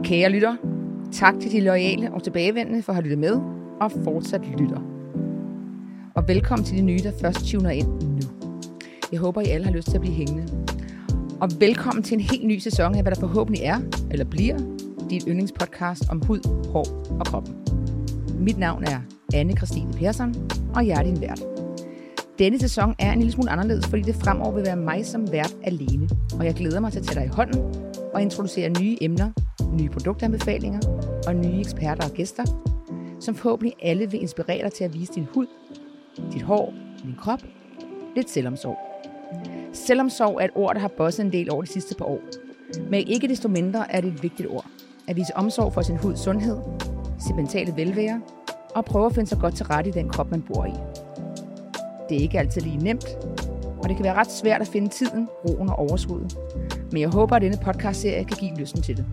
Kære lytter, tak til de loyale og tilbagevendende for at have lyttet med og fortsat lytter. Og velkommen til de nye, der først tuner ind nu. Jeg håber, I alle har lyst til at blive hængende. Og velkommen til en helt ny sæson af, hvad der forhåbentlig er, eller bliver, dit yndlingspodcast om hud, hår og kroppen. Mit navn er Anne Christine Persson, og jeg er din vært. Denne sæson er en lille smule anderledes, fordi det fremover vil være mig som vært alene. Og jeg glæder mig til at tage dig i hånden og introducere nye emner, nye produktanbefalinger og nye eksperter og gæster, som forhåbentlig alle vil inspirere dig til at vise din hud, dit hår, din krop, lidt selvomsorg. Selvomsorg er et ord, der har bosset en del over de sidste par år. Men ikke desto mindre er det et vigtigt ord. At vise omsorg for sin huds sundhed, sit mentale velvære og prøve at finde sig godt til rette i den krop, man bor i. Det er ikke altid lige nemt, og det kan være ret svært at finde tiden, roen og overskuddet. Men jeg håber, at denne podcastserie kan give lysten til det.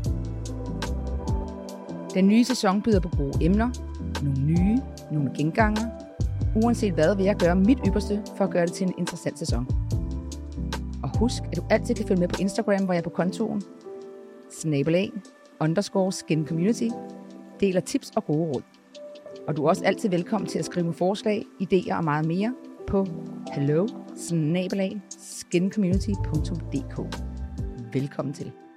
Den nye sæson byder på gode emner, nogle nye, nogle genganger. Uanset hvad vil jeg gøre mit ypperste for at gøre det til en interessant sæson. Og husk, at du altid kan følge med på Instagram, hvor jeg er på kontoen @skinCommunity deler tips og gode råd. Og du er også altid velkommen til at skrive forslag, idéer og meget mere på hello@skincommunity.dk. Velkommen til.